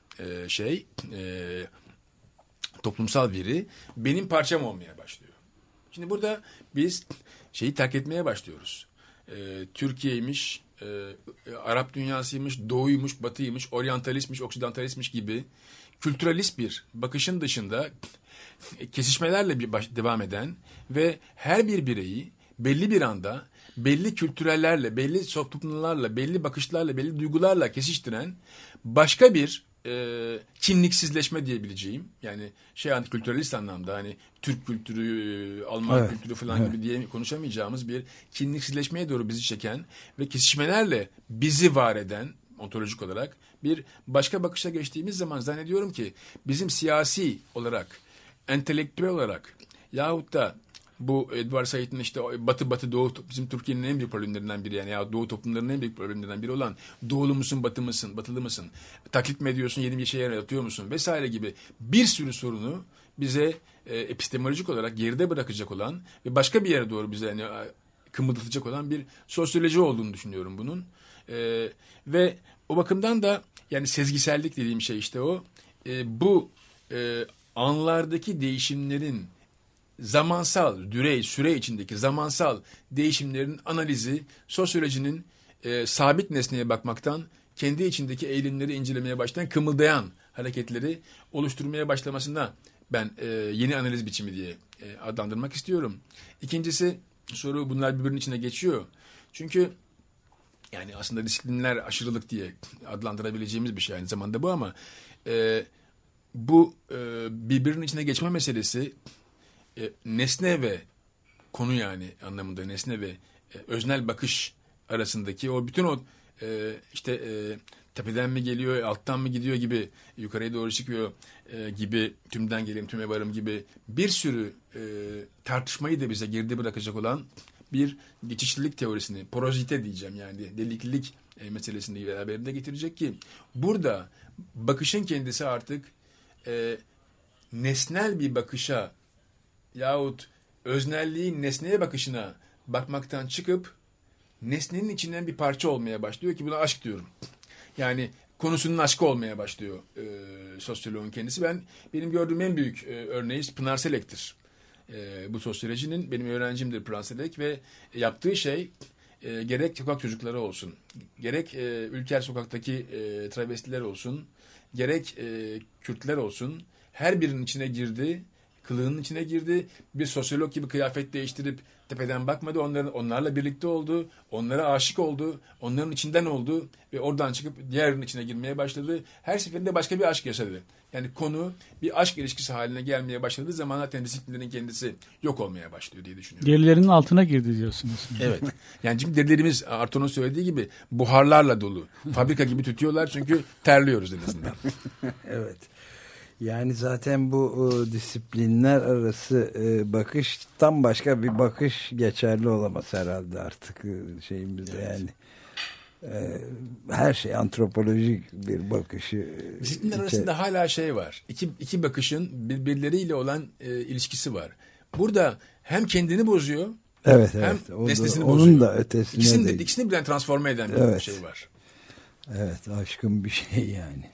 toplumsal biri benim parçam olmaya başlıyor. Şimdi burada biz şeyi terk etmeye başlıyoruz. Türkiye'ymiş, Arap dünyasıymış, Doğu'ymuş, Batı'ymış, oryantalistmiş, oksidantalistmiş gibi kültüralist bir bakışın dışında kesişmelerle devam eden ve her bir bireyi belli bir anda belli kültürellerle, belli toplumlarla, belli bakışlarla, belli duygularla kesiştiren başka bir kimliksizleşme diyebileceğim, yani antikültüralist anlamda, hani Türk kültürü, Alman kültürü falan gibi diye konuşamayacağımız bir kimliksizleşmeye doğru bizi çeken ve kesişmelerle bizi var eden ontolojik olarak bir başka bakışa geçtiğimiz zaman zannediyorum ki bizim siyasi olarak, entelektüel olarak yahut da bu Edward Said'in işte Batı Doğu, bizim Türkiye'nin en büyük problemlerinden biri, yani ya Doğu toplumlarının en büyük problemlerinden biri olan doğulu musun, batı mısın, batılı mısın, taklit mi ediyorsun, yeni bir şey yaratıyor musun vesaire gibi bir sürü sorunu bize epistemolojik olarak geride bırakacak olan ve başka bir yere doğru bize yani kımıldatacak olan bir sosyoloji olduğunu düşünüyorum bunun. Ve o bakımdan da yani sezgisellik dediğim şey işte o. Bu anlardaki değişimlerin zamansal, süre içindeki zamansal değişimlerin analizi, sosyolojinin sabit nesneye bakmaktan kendi içindeki eğilimleri incelemeye başlayan kımıldayan hareketleri oluşturmaya başlamasına ben yeni analiz biçimi diye adlandırmak istiyorum. İkincisi, soru bunlar birbirinin içine geçiyor. Çünkü yani aslında disiplinler aşırılık diye adlandırabileceğimiz bir şey aynı zamanda bu, ama bu birbirinin içine geçme meselesi nesne ve konu, yani anlamında nesne ve öznel bakış arasındaki o bütün o tepeden mi geliyor, alttan mı gidiyor gibi, yukarıya doğru çıkıyor gibi, tümden geleyim tüme varım gibi bir sürü tartışmayı da bize geride bırakacak olan bir geçişlilik teorisini, porozite diyeceğim, yani deliklilik meselesini beraberinde getirecek ki burada bakışın kendisi artık nesnel bir bakışa yahut öznelliğin nesneye bakışına bakmaktan çıkıp nesnenin içinden bir parça olmaya başlıyor ki buna aşk diyorum. Yani konusunun aşkı olmaya başlıyor sosyoloğun kendisi. Benim gördüğüm en büyük örneği Pınar Selek'tir. Bu sosyolojinin benim öğrencimdir Pınar Selek ve yaptığı şey gerek sokak çocukları olsun, gerek Ülker Sokak'taki travestiler olsun, gerek Kürtler olsun, her birinin içine girdi, kılığının içine girdi. Bir sosyolog gibi kıyafet değiştirip tepeden bakmadı. Onlarla birlikte oldu. Onlara aşık oldu. Onların içinden oldu. Ve oradan çıkıp diğerinin içine girmeye başladı. Her seferinde başka bir aşk yaşadı. Yani konu bir aşk ilişkisi haline gelmeye başladığı zaman zaten disiplinlerin kendisi yok olmaya başlıyor diye düşünüyorum. Derilerinin altına girdi diyorsunuz. Evet. Yani şimdi derilerimiz Arto'nun söylediği gibi buharlarla dolu. Fabrika gibi tütüyorlar çünkü terliyoruz en azından. Evet. Yani zaten bu disiplinler arası bakıştan başka bir bakış geçerli olamaz herhalde artık şeyimizde, evet. Yani her şey antropolojik bir bakışı. Disiplinler arasında hala şey var. İki bakışın birbirleriyle olan ilişkisi var. Burada hem kendini bozuyor, evet, hem evet. nesnesini onun bozuyor. da ötesine İkisini birden transforme eden bir evet. şey var. Evet, aşkın bir şey yani.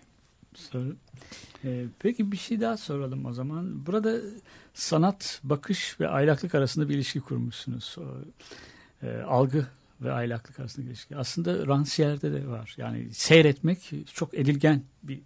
Peki bir şey daha soralım o zaman. Burada sanat, bakış ve aylaklık arasında bir ilişki kurmuşsunuz. Algı ve aylaklık arasında bir ilişki. Aslında Rancière'de de var. Yani seyretmek çok edilgen bir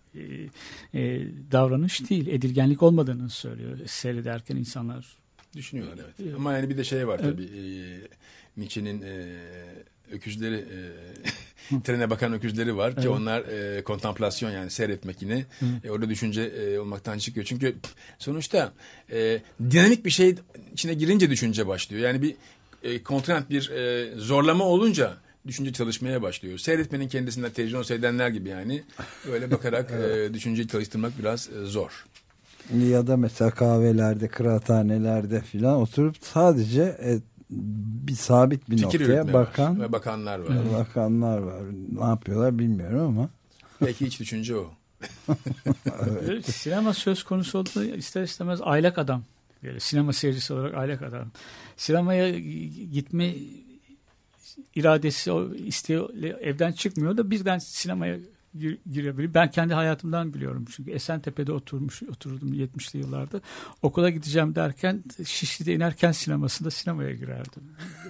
davranış değil. Edilgenlik olmadığını söylüyor. Seyrederken insanlar düşünüyorlar, evet. Ama yani bir de şey var tabii. Nietzsche'nin öküzleri trene bakan öküzleri var ki onlar kontemplasyon, yani seyretmek yine orada düşünce olmaktan çıkıyor. Çünkü sonuçta dinamik bir şey içine girince düşünce başlıyor. Yani bir kontrant, bir zorlama olunca düşünce çalışmaya başlıyor. Seyretmenin kendisinden televizyon seyredenler gibi yani böyle bakarak düşünceyi çalıştırmak biraz zor. Ya da mesela kahvelerde, kıraathanelerde filan oturup sadece bir sabit bir fikir noktaya bakan ve bakanlar var. Bakanlar var. Ne yapıyorlar bilmiyorum ama. Belki iç düşünce o. Evet. Sinema söz konusu olduğunda ister istemez aylak adam. Yani sinema seyircisi olarak aylak adam. Sinemaya gitme iradesi, o isteği evden çıkmıyor da birden sinemaya girebilir. Ben kendi hayatımdan biliyorum. Çünkü Esentepe'de oturdum 70'li yıllarda. Okula gideceğim derken Şişli'de inerken sinemaya girerdim.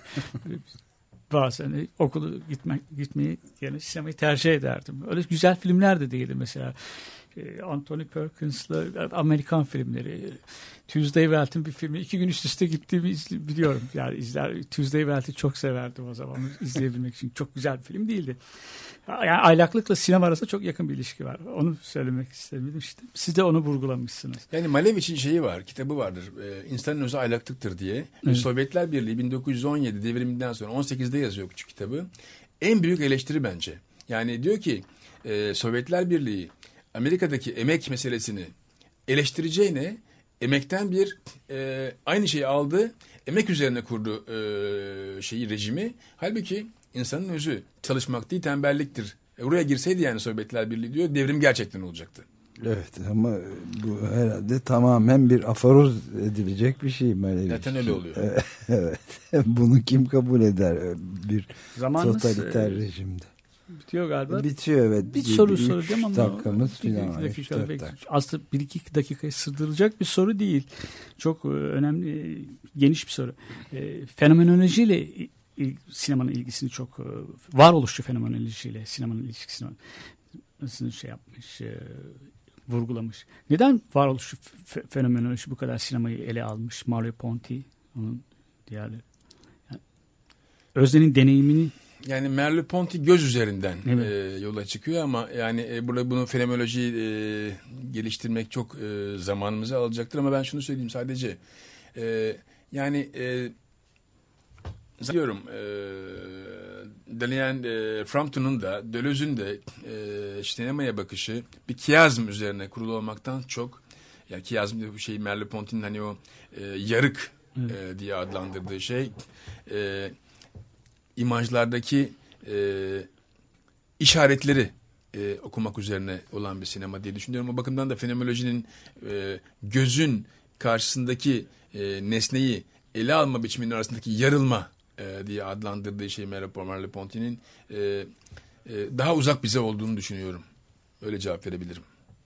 Bazen okulu gitmeyi yerine sinemayı tercih ederdim. Öyle güzel filmler de değildi mesela. Anthony Perkins'la Amerikan filmleri. Tuesday Welt'in bir filmi 2 gün üst üste gittiğimi biliyorum. Yani Tuesday Welt'i çok severdim o zaman izleyebilmek için. Çok güzel bir film değildi. Yani aylaklıkla sinema arasında çok yakın bir ilişki var. Onu söylemek istemiştim. Siz de onu vurgulamışsınız. Yani Malevich'in şeyi var, kitabı vardır. İnsanın özü aylaklıktır diye. Evet. Sovyetler Birliği 1917 devriminden sonra 18'de yazıyor küçük kitabı. En büyük eleştiri bence. Yani diyor ki Sovyetler Birliği Amerika'daki emek meselesini eleştireceğine emekten bir aynı şeyi aldı, emek üzerine kurdu rejimi. Halbuki insanın özü çalışmak değil, tembelliktir. Oraya girseydi yani Sovyetler Birliği diyor, devrim gerçekten olacaktı. Evet, ama bu herhalde tamamen bir aforoz edilecek bir şey. Zaten öyle oluyor. Evet. Bunu kim kabul eder bir totaliter rejimde? Bitiyor galiba. Bitiyor evet. Bir soru soracağım ama dakikamız aslında 1-2 dakikayı sığdıracak bir soru değil. Çok önemli, geniş bir soru. Fenomenolojiyle sinemanın ilgisini çok, varoluşçu fenomenolojiyle sinemanın ilişkisini şey yapmış, vurgulamış. Neden varoluşçu fenomenoloji bu kadar sinemayı ele almış? Merleau-Ponty, onun diğerleri. Yani, Özden'in deneyimini. Yani Merleau-Ponty göz üzerinden yola çıkıyor ama yani burada bunu fenomenolojiyi geliştirmek çok zamanımızı alacaktır ama ben şunu söyleyeyim sadece yani diyorum Daniel Frampton'un da Deleuze'ün de sinemaya bakışı bir kiyazm üzerine kurulu olmaktan çok, yani kiyazm dediği şey Merleau-Ponty'nin hani o yarık diye adlandırdığı şey imajlardaki işaretleri okumak üzerine olan bir sinema diye düşünüyorum. O bakımdan da fenomenolojinin gözün karşısındaki nesneyi ele alma biçiminin arasındaki yarılma diye adlandırdığı şey Merleau-Ponty'nin daha uzak bize olduğunu düşünüyorum. Öyle cevap verebilirim.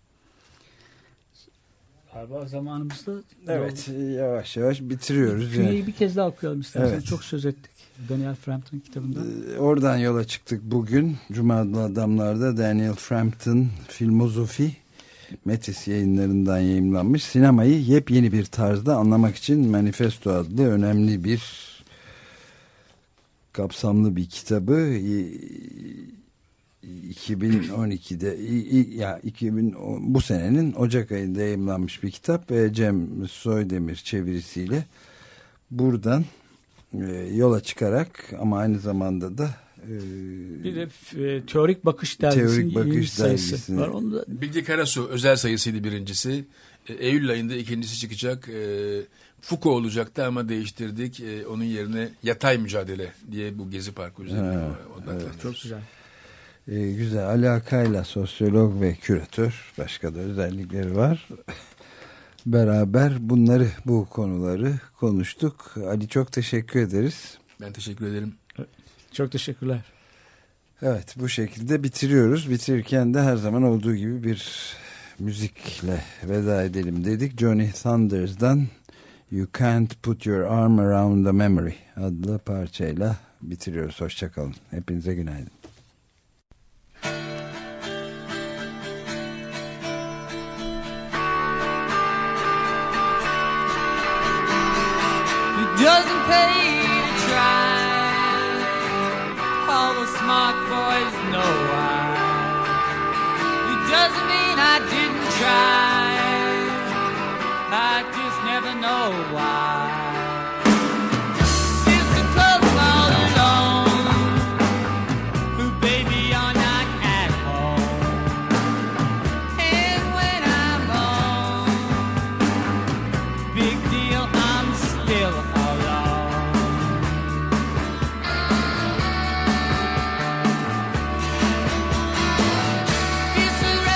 Galiba zamanımızda. Evet, yavaş yavaş bitiriyoruz. Künyeyi bir kez daha okuyalım istersen. Evet. Çok söz ettik Daniel Frampton kitabından. Oradan yola çıktık bugün. Cuma adlı adamlarda Daniel Frampton Filmozofi Metis yayınlarından yayımlanmış. Sinemayı yepyeni bir tarzda anlamak için Manifesto adlı önemli bir kapsamlı bir kitabı. 2012'de bu senenin Ocak ayında yayımlanmış bir kitap. Cem Soydemir çevirisiyle buradan yola çıkarak ama aynı zamanda da bir de Teorik Bakış dergisinin sayısı var. Onu da... Bilge Karasu özel sayısıydı birincisi. Eylül ayında ikincisi çıkacak. Foucault olacaktı ama değiştirdik. Onun yerine Yatay Mücadele diye bu Gezi Parkı üzerine odaklanıyoruz. Evet, çok güzel. Güzel. Ali Akay'la sosyolog ve küratör, başka da özellikleri var. Beraber bu konuları konuştuk. Ali, çok teşekkür ederiz. Ben teşekkür ederim. Çok teşekkürler. Evet, bu şekilde bitiriyoruz. Bitirirken de her zaman olduğu gibi bir müzikle veda edelim dedik. Johnny Thunders'dan You Can't Put Your Arm Around a Memory adlı parçayla bitiriyoruz. Hoşçakalın. Hepinize günaydın. Doesn't pay to try. All the smart boys know why. It doesn't mean I didn't try. I just never know why. It's the club all alone. Who, baby, you're not at home. And when I'm home, big deal, I'm still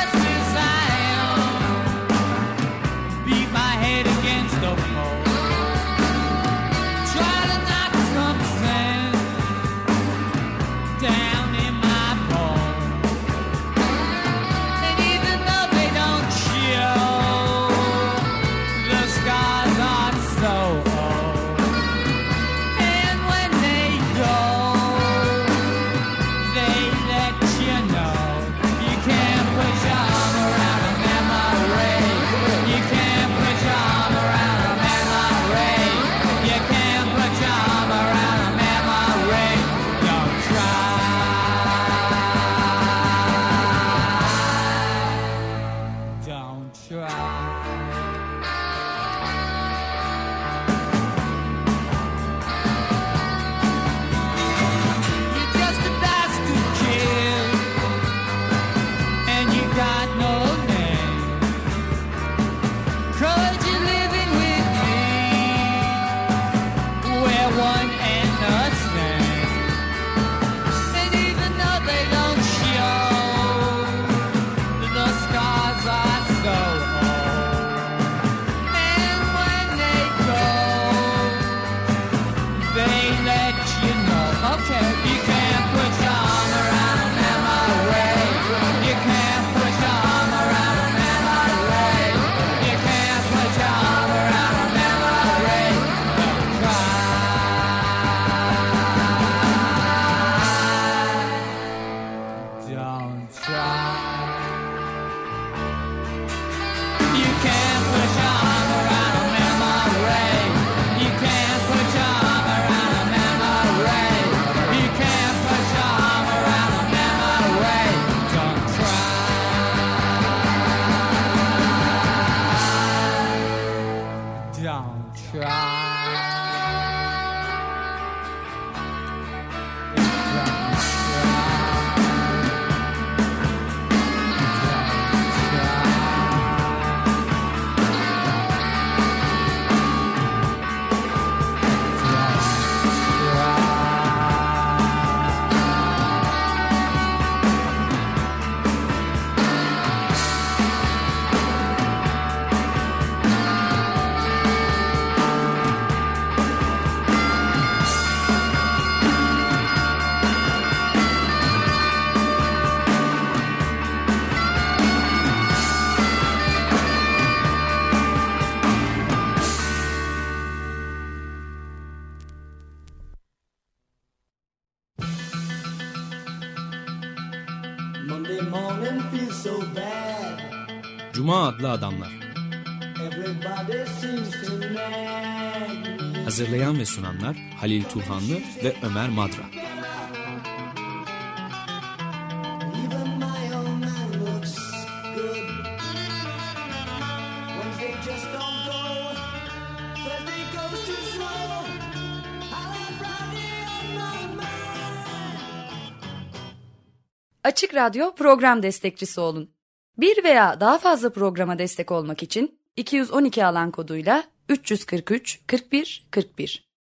against the pole. Monday morning feels so bad. Cuma adlı adamlar. Everybody seems to nag me. Hazırlayan ve sunanlar Halil Turhanlı ve Ömer Madra. Even my old man looks good. Wednesday just don't go. Thursday goes too slow. I'll have Friday on my mind. Açık Radyo program destekçisi olun. Bir veya daha fazla programa destek olmak için 212 alan koduyla 343 41 41